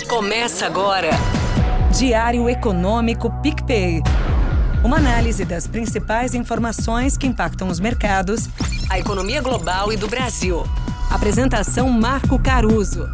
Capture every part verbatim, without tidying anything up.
Começa agora. Diário Econômico PicPay. Uma análise das principais informações que impactam os mercados, A economia global e do Brasil. Apresentação Marco Caruso.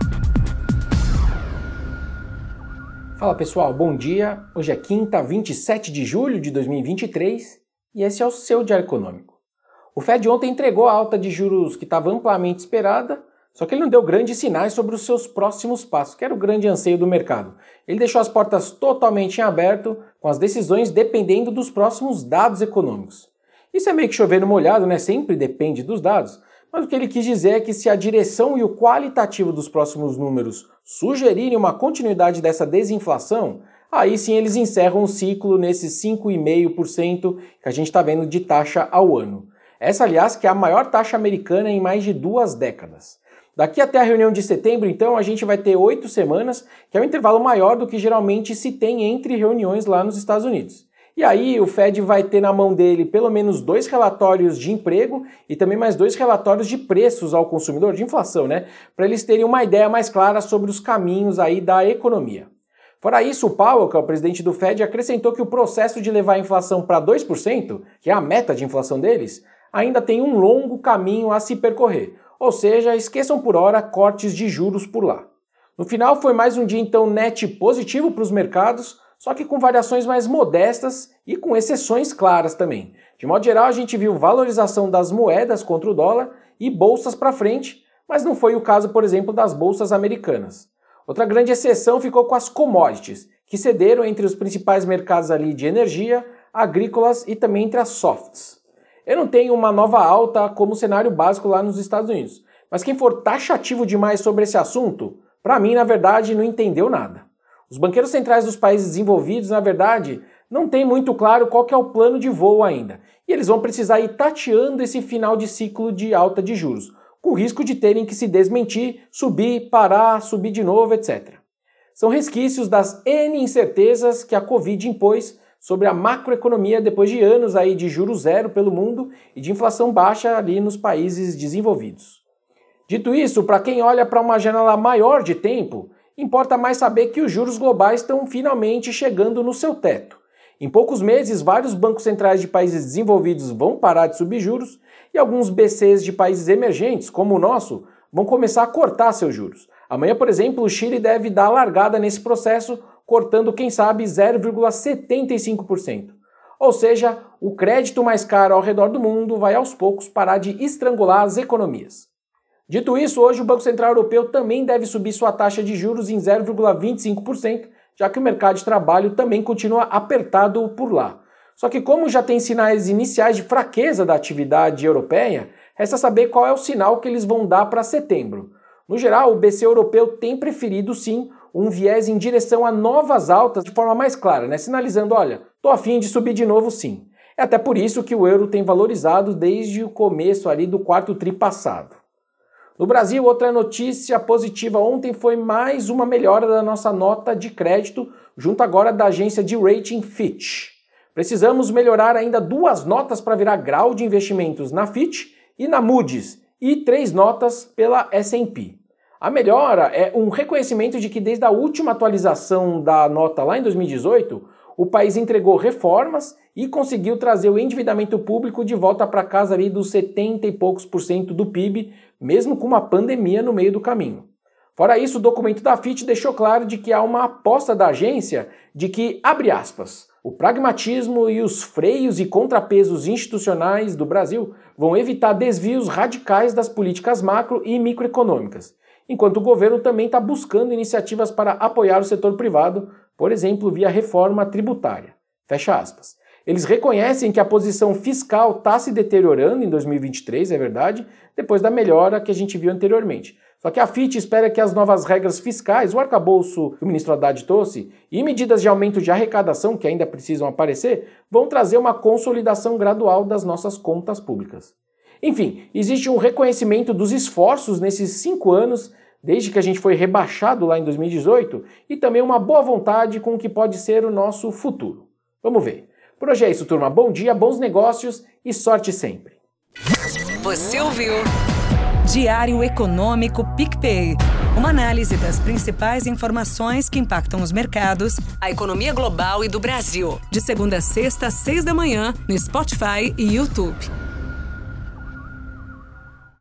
Fala pessoal, bom dia. Hoje é quinta, vinte e sete de julho de dois mil e vinte e três e esse é o seu Diário Econômico. O Fed ontem entregou a alta de juros que estava amplamente esperada, só que ele não deu grandes sinais sobre os seus próximos passos, que era o grande anseio do mercado. Ele deixou as portas totalmente em aberto, com as decisões dependendo dos próximos dados econômicos. Isso é meio que chover no molhado, né? Sempre depende dos dados, mas o que ele quis dizer é que se a direção e o qualitativo dos próximos números sugerirem uma continuidade dessa desinflação, aí sim eles encerram o ciclo nesses cinco vírgula cinco por cento que a gente está vendo de taxa ao ano. Essa, aliás, que é a maior taxa americana em mais de duas décadas. Daqui até a reunião de setembro, então, a gente vai ter oito semanas, que é um intervalo maior do que geralmente se tem entre reuniões lá nos Estados Unidos. E aí o Fed vai ter na mão dele pelo menos dois relatórios de emprego e também mais dois relatórios de preços ao consumidor, de inflação, né? Para eles terem uma ideia mais clara sobre os caminhos aí da economia. Fora isso, o Powell, que é o presidente do Fed, acrescentou que o processo de levar a inflação para dois por cento, que é a meta de inflação deles, ainda tem um longo caminho a se percorrer. Ou seja, esqueçam por hora cortes de juros por lá. No final foi mais um dia então net positivo para os mercados, só que com variações mais modestas e com exceções claras também. De modo geral, a gente viu valorização das moedas contra o dólar e bolsas para frente, mas não foi o caso, por exemplo, das bolsas americanas. Outra grande exceção ficou com as commodities, que cederam entre os principais mercados ali de energia, agrícolas e também entre as softs. Eu não tenho uma nova alta como cenário básico lá nos Estados Unidos, mas quem for taxativo demais sobre esse assunto, para mim, na verdade, não entendeu nada. Os banqueiros centrais dos países desenvolvidos, na verdade, não tem muito claro qual que é o plano de voo ainda, e eles vão precisar ir tateando esse final de ciclo de alta de juros, com risco de terem que se desmentir, subir, parar, subir de novo, etcétera. São resquícios das N incertezas que a Covid impôs sobre a macroeconomia depois de anos aí de juros zero pelo mundo e de inflação baixa ali nos países desenvolvidos. Dito isso, para quem olha para uma janela maior de tempo, importa mais saber que os juros globais estão finalmente chegando no seu teto. Em poucos meses, vários bancos centrais de países desenvolvidos vão parar de subir juros e alguns B Cs de países emergentes, como o nosso, vão começar a cortar seus juros. Amanhã, por exemplo, o Chile deve dar largada nesse processo, cortando, quem sabe, zero vírgula setenta e cinco por cento. Ou seja, o crédito mais caro ao redor do mundo vai aos poucos parar de estrangular as economias. Dito isso, hoje o Banco Central Europeu também deve subir sua taxa de juros em zero vírgula vinte e cinco por cento, já que o mercado de trabalho também continua apertado por lá. Só que como já tem sinais iniciais de fraqueza da atividade europeia, resta saber qual é o sinal que eles vão dar para setembro. No geral, o B C europeu tem preferido sim um viés em direção a novas altas de forma mais clara, né? Sinalizando, olha, tô a fim de subir de novo sim. É até por isso que o euro tem valorizado desde o começo ali do quarto tri passado. No Brasil, outra notícia positiva ontem foi mais uma melhora da nossa nota de crédito, junto agora da agência de rating Fitch. Precisamos melhorar ainda duas notas para virar grau de investimentos na Fitch e na Moody's, e três notas pela S and P. A melhora é um reconhecimento de que desde a última atualização da nota lá em dois mil e dezoito, o país entregou reformas e conseguiu trazer o endividamento público de volta para casa ali dos setenta e poucos por cento do P I B, mesmo com uma pandemia no meio do caminho. Fora isso, o documento da Fitch deixou claro de que há uma aposta da agência de que, abre aspas, o pragmatismo e os freios e contrapesos institucionais do Brasil vão evitar desvios radicais das políticas macro e microeconômicas, enquanto o governo também está buscando iniciativas para apoiar o setor privado, por exemplo, via reforma tributária. Fecha aspas. Eles reconhecem que a posição fiscal está se deteriorando em dois mil e vinte e três, é verdade, depois da melhora que a gente viu anteriormente. Só que a Fitch espera que as novas regras fiscais, o arcabouço que o ministro Haddad trouxe, e medidas de aumento de arrecadação, que ainda precisam aparecer, vão trazer uma consolidação gradual das nossas contas públicas. Enfim, existe um reconhecimento dos esforços nesses cinco anos, desde que a gente foi rebaixado lá em dois mil e dezoito, e também uma boa vontade com o que pode ser o nosso futuro. Vamos ver. Por hoje é isso, turma. Bom dia, bons negócios e sorte sempre. Você ouviu? Diário Econômico PicPay. Uma análise das principais informações que impactam os mercados, a economia global e do Brasil. De segunda a sexta, às seis da manhã, no Spotify e YouTube.